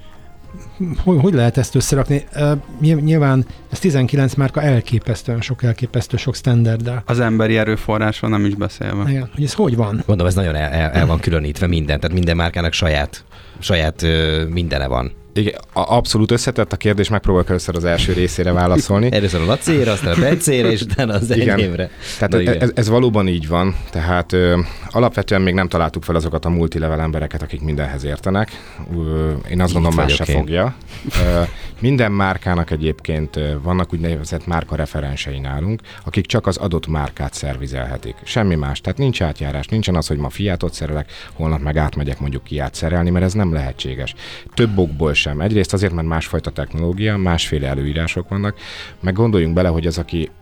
hogy, hogy lehet ezt összerakni? Nyilván ez tizenkilenc márka elképesztően sok, elképesztő sok standarddel. Az emberi erőforrásról nem is beszélve. Igen, hogy ez hogy van? Gondolom, ez nagyon el, el, el van különítve minden, tehát minden márkának saját, saját mindene van. Igen, abszolút összetett a kérdés, megpróbálok először az első részére válaszolni. Először a Lacére, aztán a Bencére, és utána az enyémre. Tehát ez, ez valóban így van, tehát ö, alapvetően még nem találtuk fel azokat a multilevel embereket, akik mindenhez értenek. Ö, én azt gondolom, más se én. fogja. Ö, minden márkának egyébként vannak úgynevezett márka referensei nálunk, akik csak az adott márkát szervizelhetik. Semmi más, tehát nincs átjárás, nincsen az, hogy ma Fiatot szerelek, holnap meg átmegyek mondjuk Kiát szerelni, mert ez nem lehetséges. Több okból sem. Egyrészt azért, mert másfajta technológia, másféle előírások vannak, meg gondoljunk bele, hogy az, aki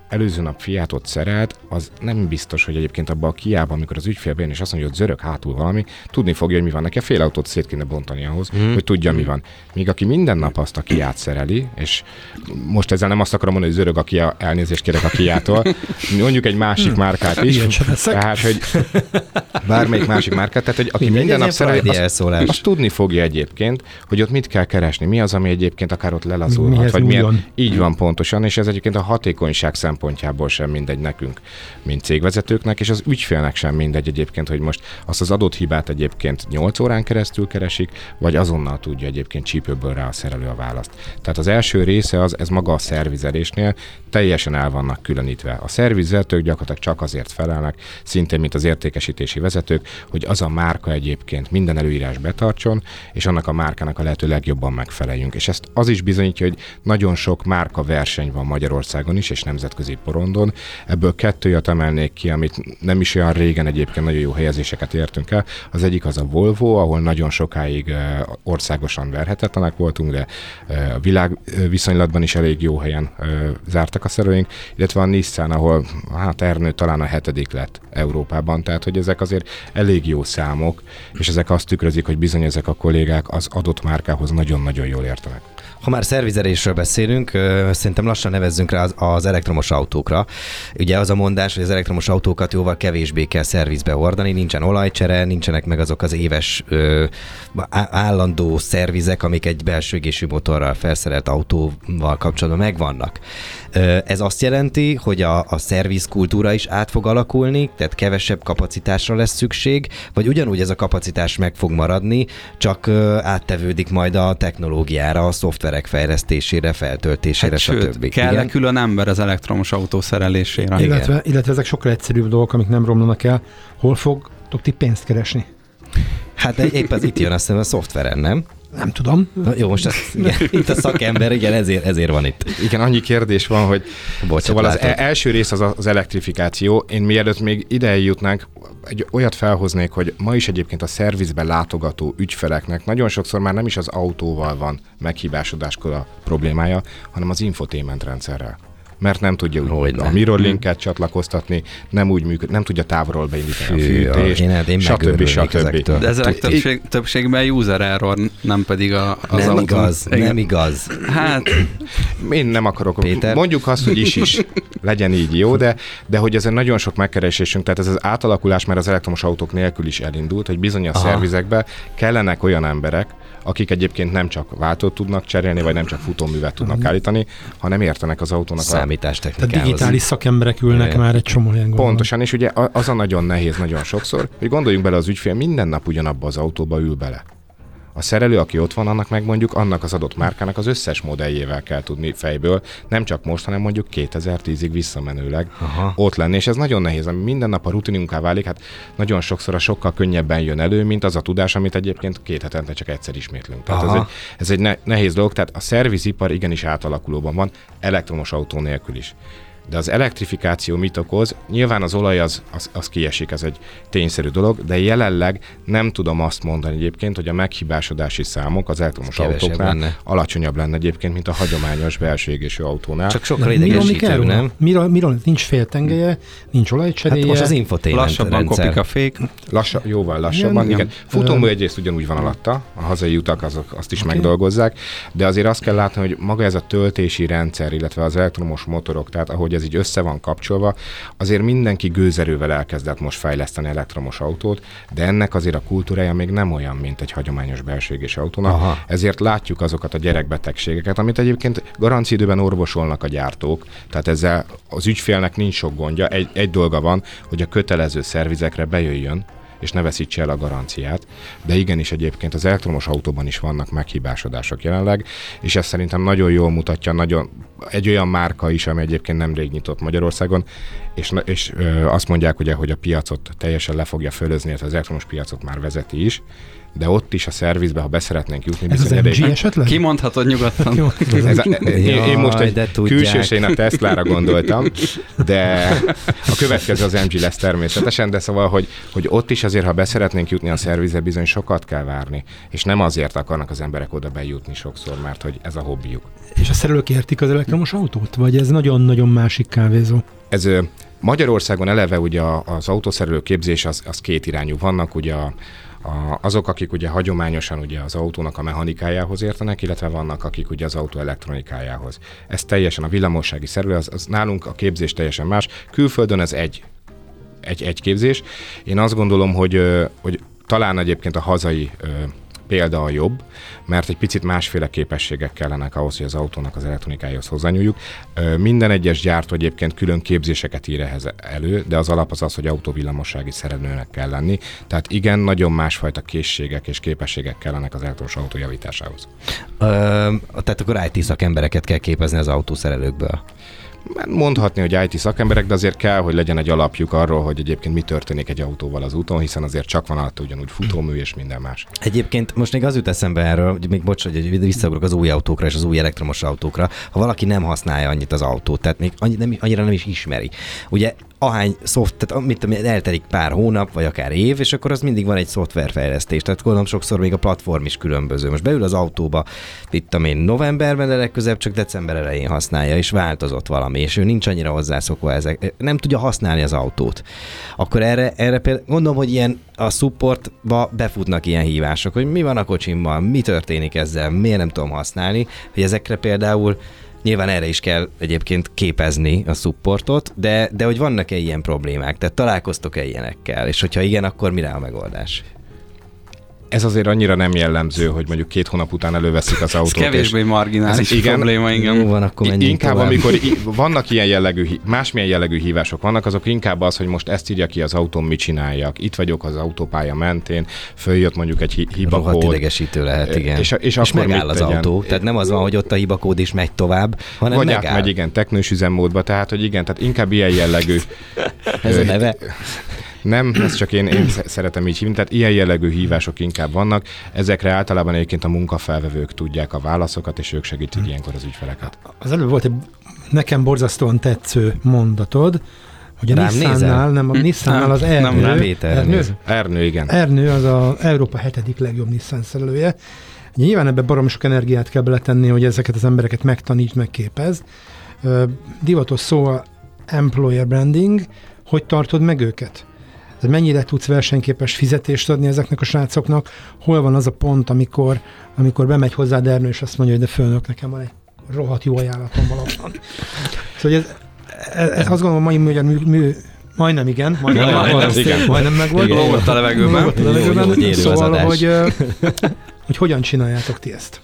előző nap Fiatot szerelt, az nem biztos, hogy egyébként abban a Kiában, amikor az ügyfél bejön és azt mondja, hogy zörög hátul valami, tudni fogja, hogy mi van. Neki a fél autót szét kéne bontani ahhoz, hmm. hogy tudja, mi van. Míg aki minden nap azt a Kiát szereli, és most ezzel nem azt akarom mondani, hogy zörög a Kia, elnézést kérek a Kiától, mondjuk egy másik márkát is, tehát, hogy bármelyik másik márkát, tehát, hogy aki minden, minden nap szereli, azt, azt tudni fogja egyébként, hogy ott mit kell keresni, mi az, ami egyébként akár ott lelazulhat, vagy milyen, így van pontosan, és ez egyébként a hatékonyság szempontjából sem mindegy nekünk, mint cégvezetőknek, és az ügyfélnek sem mindegy egyébként, hogy most azt az adott hibát egyébként nyolc órán keresztül keresik, vagy azonnal tudja egyébként csípőből rá a szerelő a választ. Tehát az első része az, ez maga a szervizelésnél teljesen el vannak különítve. A szervizelők gyakorlatilag csak azért felelnek, szintén, mint az értékesítési vezetők, hogy az a márka egyébként minden előírás betartson, és annak a márkának a lehető legjobban megfeleljünk. És ezt az is bizonyítja, hogy nagyon sok márka verseny van Magyarországon is, és nemzetközi porondon. Ebből kettőjat emelnék ki, amit nem is olyan régen egyébként nagyon jó helyezéseket értünk el. Az egyik az a Volvo, ahol nagyon sokáig országosan verhetetlenek voltunk, de a világ viszonylatban is elég jó helyen zártak a szerelőink, illetve a Nissan, ahol hát Ernő talán a hetedik lett Európában, tehát hogy ezek azért elég jó számok, és ezek azt tükrözik, hogy bizony ezek a kollégák az adott márkához nagyon-nagyon jól értenek. Ha már szervizelésről beszélünk, szerintem lassan nevezzünk rá az, az elektromos autókra. Ugye az a mondás, hogy az elektromos autókat jóval kevésbé kell szervizbe hordani, nincsen olajcsere, nincsenek meg azok az éves ö, állandó szervizek, amik egy belső égésű motorral felszerelt autóval kapcsolatban megvannak. Ö, ez azt jelenti, hogy a, a szervizkultúra is át fog alakulni, tehát kevesebb kapacitásra lesz szükség, vagy ugyanúgy ez a kapacitás meg fog maradni, csak ö, áttevődik majd a technológiára, a szoftverek fejlesztésére, feltöltésére, hát stb. Sőt, kell külön ember az elektromos autó szerelésére. Illetve, illetve ezek sokkal egyszerűbb dolgok, amik nem romlanak el. Hol fogtok ti pénzt keresni? Hát épp az itt jön, azt hiszem a szoftveren, nem? Nem tudom. Na, jó, most ezt, igen, itt a szakember, igen, ezért, ezért van itt. Igen, annyi kérdés van, hogy Bocsát, szóval az látod. első rész az az elektrifikáció. Én mielőtt még ide jutnánk, egy olyat felhoznék, hogy ma is egyébként a szervizben látogató ügyfeleknek nagyon sokszor már nem is az autóval van meghibásodáskor a problémája, hanem az infotainment rendszerrel. Mert nem tudja úgy a mirrorlinket csatlakoztatni, nem úgy működ, nem tudja távolról beindítani Fű, a fűtést, én, én stb. stb. De ezek többség, többségben user error, nem pedig a, az nem autó. igaz, nem igaz. Hát, én nem akarok. Péter? Mondjuk azt, hogy is is legyen így, jó, de, de hogy ezen nagyon sok megkeresésünk, tehát ez az átalakulás már az elektromos autók nélkül is elindult, hogy bizony a Aha. szervizekben kellenek olyan emberek, akik egyébként nem csak váltót tudnak cserélni, vagy nem csak futóművet tudnak állítani, hanem értenek az autónak a számítástechnikához. Tehát digitális szakemberek ülnek é. már egy csomó ilyen gondolat. Pontosan, és ugye az a nagyon nehéz nagyon sokszor, hogy gondoljunk bele, az ügyfél minden nap ugyanabba az autóba ül bele. A szerelő, aki ott van, annak meg mondjuk annak az adott márkának az összes modelljével kell tudni fejből, nem csak most, hanem mondjuk kétezer-tízig visszamenőleg Aha. ott lenni, és ez nagyon nehéz, ami minden nap a rutinunká válik, hát nagyon sokszor a sokkal könnyebben jön elő, mint az a tudás, amit egyébként két hetente csak egyszer ismétlünk. Tehát ez egy, ez egy ne- nehéz dolog, tehát a szervizipar igenis átalakulóban van, elektromos autó nélkül is. De az elektrifikáció mit okoz? Nyilván az olaj az, az, az kiesik, ez egy tényszerű dolog, de jelenleg nem tudom azt mondani egyébként, hogy a meghibásodási számok az elektromos autóknál lenne. alacsonyabb lenne egyébként, mint a hagyományos belső égésű autónál. Csak sokkal idegesítőbb, nem? Miről, miről nincs féltengelye, nincs olajcseréje. Hát most az infotainment lassabban kopik a fék. Lassa, jóval lassabban, igen. igen. Futómű egyrészt ugyanúgy van alatta, a hazai utak azok azt is okay. megdolgozzák, de azért azt kell látni, hogy maga ez a töltési rendszer, illetve az elektromos motorok, tehát ahogy ez így össze van kapcsolva, azért mindenki gőzerővel elkezdett most fejleszteni elektromos autót, de ennek azért a kultúrája még nem olyan, mint egy hagyományos belső égésű autónak. Aha. Ezért látjuk azokat a gyerekbetegségeket, amit egyébként garanciaidőben orvosolnak a gyártók, tehát ezzel az ügyfélnek nincs sok gondja. Egy, egy dolga van, hogy a kötelező szervizekre bejöjjön, és ne veszítse el a garanciát, de igenis egyébként az elektromos autóban is vannak meghibásodások jelenleg, és ez szerintem nagyon jól mutatja, nagyon, egy olyan márka is, ami egyébként nemrég nyitott Magyarországon, és, és ö, azt mondják ugye, hogy a piacot teljesen le fogja fölözni, az elektromos piacot már vezeti is, de ott is a szervizbe, ha beszeretnénk jutni, ez az em gé esetleg? Kimondhatod nyugodtan. Ez a, én, én most egy külsősén a Teslára gondoltam, de a következő az em gé lesz természetesen, de szóval, hogy, hogy ott is azért, ha beszeretnénk jutni a szervizbe, bizony sokat kell várni, és nem azért akarnak az emberek oda bejutni sokszor, mert hogy ez a hobbiuk. És a szerelők értik az elektromos autót? Vagy ez nagyon-nagyon másik kávézó? Ez Magyarországon eleve ugye az autószerelő képzés az, az két irányú. Vannak ugye a, a, azok, akik ugye hagyományosan ugye az autónak a mechanikájához értenek, illetve vannak, akik ugye az autó elektronikájához. Ez teljesen a villamossági szerelő, az, az nálunk a képzés teljesen más. Külföldön ez egy, egy, egy képzés. Én azt gondolom, hogy, hogy talán egyébként a hazai példa a jobb, mert egy picit másféle képességek kellenek ahhoz, hogy az autónak az elektronikájához hozzányúljuk. Minden egyes gyártó egyébként külön képzéseket ír ehhez elő, de az alap az az, hogy autóvillamossági szerelőnek kell lenni. Tehát igen, nagyon másfajta készségek és képességek kellenek az elektromos autó javításához. Ö, tehát akkor i té szakembereket kell képezni az autószerelőkből. Mondhatni, hogy i té szakemberek, de azért kell, hogy legyen egy alapjuk arról, hogy egyébként mi történik egy autóval az úton, hiszen azért csak van alatt ugyanúgy futómű és minden más. Egyébként most még az jut eszembe erről, hogy még bocs, hogy visszaugrok az új autókra és az új elektromos autókra, ha valaki nem használja annyit az autót, tehát még annyi, nem, annyira nem is ismeri. Ugye ahány szoft, tehát mit tudom, eltelik pár hónap, vagy akár év, és akkor az mindig van egy szoftverfejlesztés. Tehát gondolom sokszor még a platform is különböző. Most beül az autóba, itt tudom én, novemberben, de legközelebb csak december elején használja, és változott valami, és ő nincs annyira hozzászokva ezek. Nem tudja használni az autót. Akkor erre, erre például gondolom, hogy ilyen a supportba befutnak ilyen hívások, hogy mi van a kocsimmal, mi történik ezzel, miért nem tudom használni, hogy ezekre például nyilván erre is kell egyébként képezni a supportot, de, de hogy vannak-e ilyen problémák? Tehát találkoztok-e ilyenekkel? És hogyha igen, akkor mire a megoldás? Ez azért annyira nem jellemző, hogy mondjuk két hónap után előveszik az autót. Ez kevésbé marginális igen, probléma, igen. Jó van, akkor menjünk inkább tovább. Amikor vannak ilyen jellegű, másmilyen jellegű hívások vannak, azok inkább az, hogy most ezt írja ki az autón, mit csináljak. Itt vagyok az autópálya mentén, följött mondjuk egy hibakód. Rohadt idegesítő lehet, igen. És, és, és megáll az autó. Tehát nem az van, hogy ott a hibakód is megy tovább, hanem vagy megáll. Vagy átmegy, igen, teknős üzemmódba, tehát hogy igen, tehát inkább ilyen jellegű. Ez a neve? Nem, ezt csak én, én szeretem így hívni, tehát ilyen jellegű hívások inkább vannak. Ezekre általában egyébként a munkafelvevők tudják a válaszokat, és ők segítik hmm. ilyenkor az ügyfeleket. Az előbb volt egy nekem borzasztóan tetsző mondatod, hogy a Rám Nissannál, nem, a hm? Nissannál az Ernő. Nem, nem Péter. Ernő? Ernő, igen. Ernő az az Európa hetedik legjobb Nissan szerelője. Nyilván ebbe baromi sok energiát kell beletenni, hogy ezeket az embereket megtanítsd, megképezd. Divatos szó a employer branding, hogy tartod meg őket? Tehát mennyire tudsz versenyképes fizetést adni ezeknek a srácoknak? Hol van az a pont, amikor, amikor bemegy hozzád Ernő, és azt mondja, hogy de főnök, nekem van egy rohadt jó ajánlatom valóban. Szóval ez, ez, ez azt gondolom, mai magyar mű, mű majdnem igen, majdnem, majdnem, majdnem, igen. majdnem meg volt. Lógott a levegőben. Lógott a levegőben. Jó, jó, szóval, hogy, hogy hogyan csináljátok ti ezt?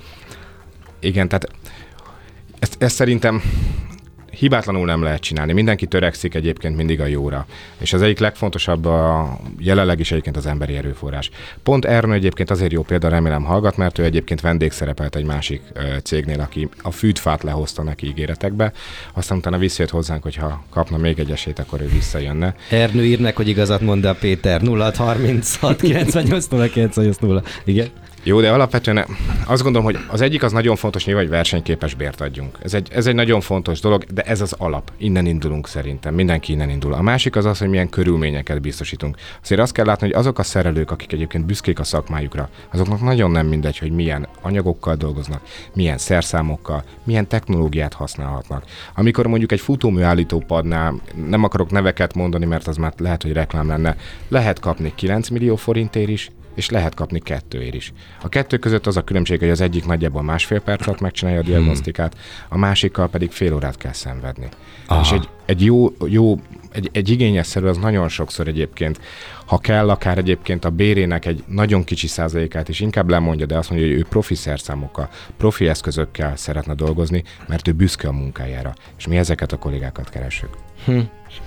Igen, tehát ezt, ezt szerintem hibátlanul nem lehet csinálni. Mindenki törekszik egyébként mindig a jóra. És az egyik legfontosabb a jelenleg is egyébként az emberi erőforrás. Pont Ernő egyébként azért jó példa, remélem hallgat, mert ő egyébként vendégszerepelt egy másik cégnél, aki a fűtfát lehozta neki ígéretekbe. Aztán utána visszajött hozzánk, hogyha kapna még egy esélyt, akkor ő visszajönne. Ernő írnek, hogy igazat mond a Péter. nulla hat harminchat kilencvennyolc nulla kilencvennyolc nulla. Igen. Jó, de alapvetően azt gondolom, hogy az egyik az nagyon fontos, nyilván, hogy versenyképes bért adjunk. Ez egy, ez egy nagyon fontos dolog, de ez az alap. Innen indulunk szerintem. Mindenki innen indul. A másik az az, hogy milyen körülményeket biztosítunk. Azért azt kell látni, hogy azok a szerelők, akik egyébként büszkék a szakmájukra, azoknak nagyon nem mindegy, hogy milyen anyagokkal dolgoznak, milyen szerszámokkal, milyen technológiát használhatnak. Amikor mondjuk egy futómű állítópadnál, nem akarok neveket mondani, mert az már lehet, hogy reklám lenne, lehet kapni kilenc millió forintért is, és lehet kapni kettőért is. A kettő között az a különbség, hogy az egyik nagyjából másfél perc alatt megcsinálja a diagnosztikát, a másikkal pedig fél órát kell szenvedni. Aha. És egy, egy jó, jó egy, egy igényes szerű az nagyon sokszor egyébként, ha kell, akár egyébként a bérének egy nagyon kicsi százalékát is inkább lemondja, de azt mondja, hogy ő profi szerszámokkal, profi eszközökkel szeretne dolgozni, mert ő büszke a munkájára. És mi ezeket a kollégákat keresünk. Hm.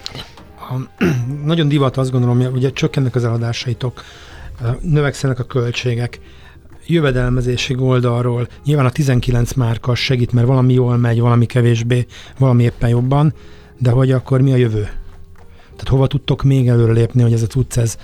A, nagyon divat, azt gondolom, hogy ugye csökkennek az eladásaitok, növekszenek a költségek, jövedelmezési oldalról, nyilván a tizenkilenc márka segít, mert valami jól megy, valami kevésbé, valami éppen jobban, de hogy akkor mi a jövő? Tehát hova tudtok még előre lépni, hogy ez a cucc, ez,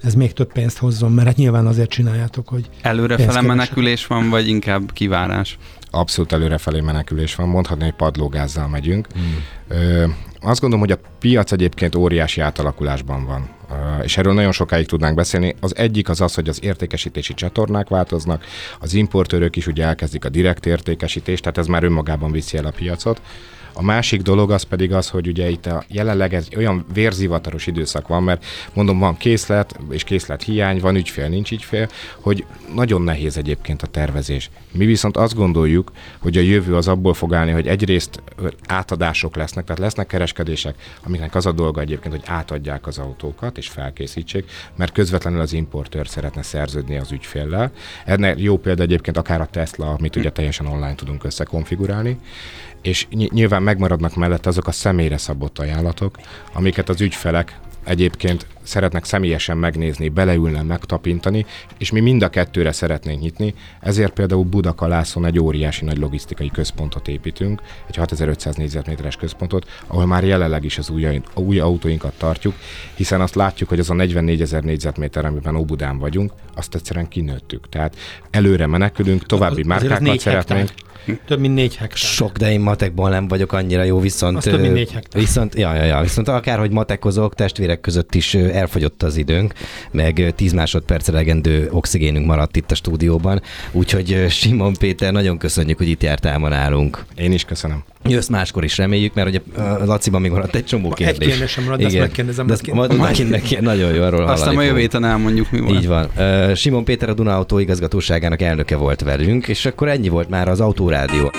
ez még több pénzt hozzon, mert hát nyilván azért csináljátok, hogy előrefele menekülés van, vagy inkább kivárás? Abszolút előrefelé menekülés van, mondhatni, hogy padlógázzal megyünk. Hmm. Ö, azt gondolom, hogy a piac egyébként óriási átalakulásban van, ö, és erről nagyon sokáig tudnánk beszélni. Az egyik az az, hogy az értékesítési csatornák változnak, az importőrök is ugye elkezdik a direkt értékesítést, tehát ez már önmagában viszi el a piacot. A másik dolog az pedig az, hogy ugye itt a jelenleg ez olyan vérzivataros időszak van, mert mondom, van készlet, és készlet hiány, van ügyfél, nincs ügyfél, hogy nagyon nehéz egyébként a tervezés. Mi viszont azt gondoljuk, hogy a jövő az abból fog állni, hogy egyrészt átadások lesznek, tehát lesznek kereskedések, amiknek az a dolga egyébként, hogy átadják az autókat és felkészítsék, mert közvetlenül az importőr szeretne szerződni az ügyféllel. Ennek jó példa egyébként akár a Tesla, amit ugye teljesen online tudunk összekonfigurálni, és nyilván megmaradnak mellette azok a személyre szabott ajánlatok, amiket az ügyfelek egyébként szeretnek személyesen megnézni, beleülni, megtapintani, és mi mind a kettőre szeretnénk nyitni, ezért például Budakalászon egy óriási nagy logisztikai központot építünk, egy hatezer-ötszáz négyzetméteres központot, ahol már jelenleg is az új, új autóinkat tartjuk, hiszen azt látjuk, hogy az a negyvennégyezer négyzetméter, amiben Óbudán vagyunk, azt egyszerűen kinőttük. Tehát előre menekülünk, további márkákat szeretnénk. Több mint négy hektár. Sok, de én matekból nem vagyok annyira jó, viszont... Az több mint négy hektár. Viszont, ja, ja, ja, viszont akárhogy matekozok, testvérek között is elfogyott az időnk, meg tíz másodperc elegendő oxigénünk maradt itt a stúdióban, úgyhogy Simon Péter, nagyon köszönjük, hogy itt jártál ma nálunk. Én is köszönöm. Jössz máskor is, reméljük, mert ugye a Laciban még maradt egy csomó kérdés. Egy kérdés sem maradt, de azt megkérdezem. De azt majd megint nagyon jó, arról hallani. Aztán a jövő héten elmondjuk, mi van. Így van. Uh, Simon Péter a Duna Autó igazgatóságának elnöke volt velünk, és akkor ennyi volt már az Autórádió.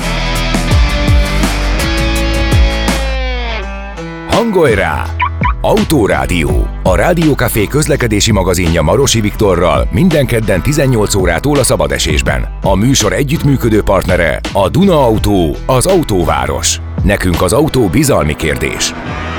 Hangolj rá! Autórádió. A Rádiókafé közlekedési magazinja Marosi Viktorral minden kedden tizennyolc órától a szabadesésben. A műsor együttműködő partnere a Duna Autó, az autóváros. Nekünk az autó bizalmi kérdés.